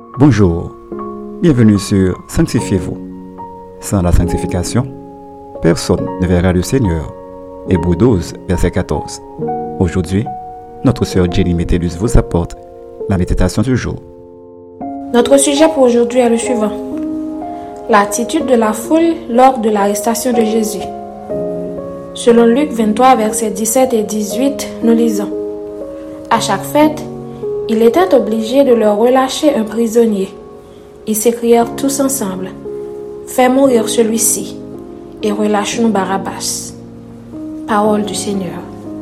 Bonjour, bienvenue sur Sanctifiez-vous. Sans la sanctification, personne ne verra le Seigneur. Hébreux 12, verset 14. Aujourd'hui, notre sœur Jenny Métellus vous apporte la méditation du jour. Notre sujet pour aujourd'hui est le suivant. L'attitude de la foule lors de l'arrestation de Jésus. Selon Luc 23, versets 17 et 18, nous lisons. À chaque fête, il était obligé de leur relâcher un prisonnier. Ils s'écrièrent tous ensemble. Fais mourir celui-ci et relâche-nous Barabbas. Parole du Seigneur.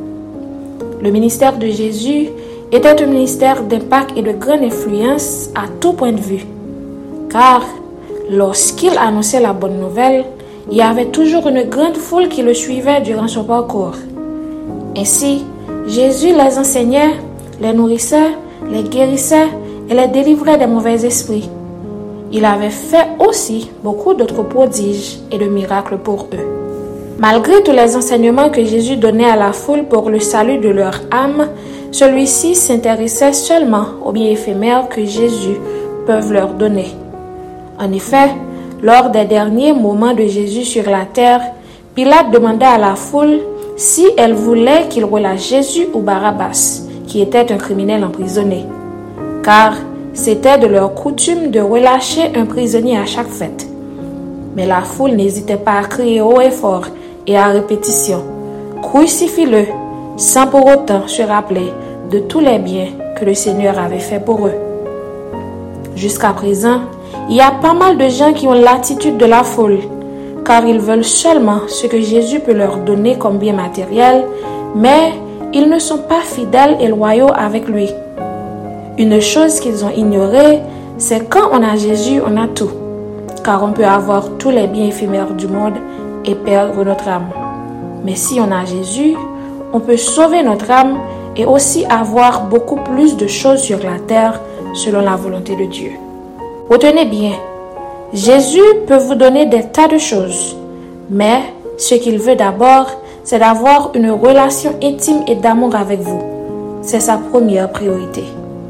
Le ministère de Jésus était un ministère d'impact et de grande influence à tout point de vue. Car lorsqu'il annonçait la bonne nouvelle, il y avait toujours une grande foule qui le suivait durant son parcours. Ainsi, Jésus les enseignait, les nourrissait, les guérissait et les délivrait des mauvais esprits. Il avait fait aussi beaucoup d'autres prodiges et de miracles pour eux. Malgré tous les enseignements que Jésus donnait à la foule pour le salut de leur âme, celui-ci s'intéressait seulement aux biens éphémères que Jésus peut leur donner. En effet, lors des derniers moments de Jésus sur la terre, Pilate demanda à la foule si elle voulait qu'il relâche Jésus ou Barabbas, qui était un criminel emprisonné. Car c'était de leur coutume de relâcher un prisonnier à chaque fête. Mais la foule n'hésitait pas à crier haut et fort et à répétition « Crucifie-le » sans pour autant se rappeler de tous les biens que le Seigneur avait fait pour eux. Jusqu'à présent, il y a pas mal de gens qui ont l'attitude de la foule, car ils veulent seulement ce que Jésus peut leur donner comme bien matériel, mais ils ne sont pas fidèles et loyaux avec lui. Une chose qu'ils ont ignorée, c'est quand on a Jésus, on a tout, car on peut avoir tous les biens éphémères du monde et perdre notre âme. Mais si on a Jésus, on peut sauver notre âme et aussi avoir beaucoup plus de choses sur la terre selon la volonté de Dieu. Retenez bien, Jésus peut vous donner des tas de choses, mais ce qu'il veut d'abord, c'est d'avoir une relation intime et d'amour avec vous. C'est sa première priorité.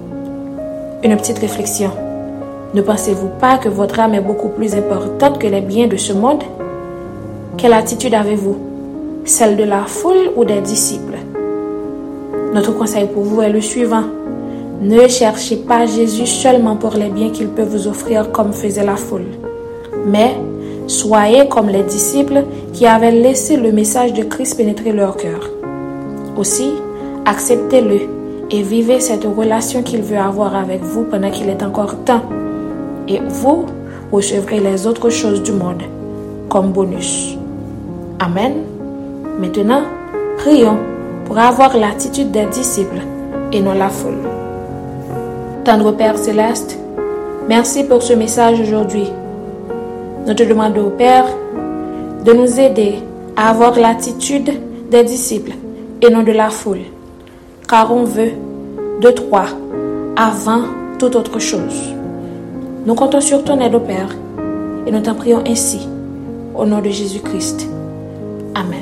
Une petite réflexion. Ne pensez-vous pas que votre âme est beaucoup plus importante que les biens de ce monde? Quelle attitude avez-vous? Celle de la foule ou des disciples? Notre conseil pour vous est le suivant. Ne cherchez pas Jésus seulement pour les biens qu'il peut vous offrir comme faisait la foule. Mais soyez comme les disciples qui avaient laissé le message de Christ pénétrer leur cœur. Aussi, acceptez-le et vivez cette relation qu'il veut avoir avec vous pendant qu'il est encore temps. Et vous recevrez les autres choses du monde comme bonus. Amen. Maintenant, prions pour avoir l'attitude des disciples et non la foule. Tendre Père Céleste, merci pour ce message aujourd'hui. Nous te demandons au Père de nous aider à avoir l'attitude des disciples et non de la foule, car on veut de toi avant toute autre chose. Nous comptons sur ton aide au Père et nous t'en prions ainsi, au nom de Jésus-Christ. Amen.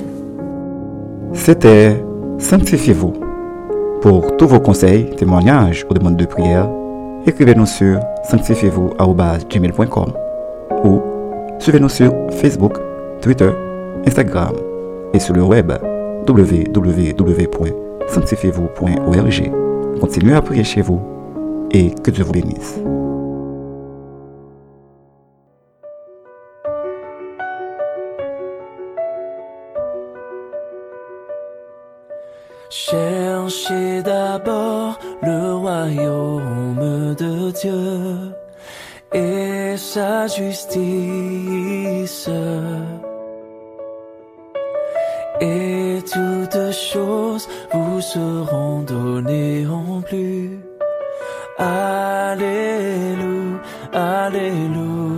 C'était Sanctifiez-vous. Pour tous vos conseils, témoignages ou demandes de prière, écrivez-nous sur sanctifiez-vous@gmail.com ou suivez-nous sur Facebook, Twitter, Instagram et sur le web www.sanctifiez-vous.org. Continuez à prier chez vous et que Dieu vous bénisse. Cherchez d'abord le royaume de Dieu et sa justice, et toutes choses vous seront données en plus. Alléluia, Alléluia.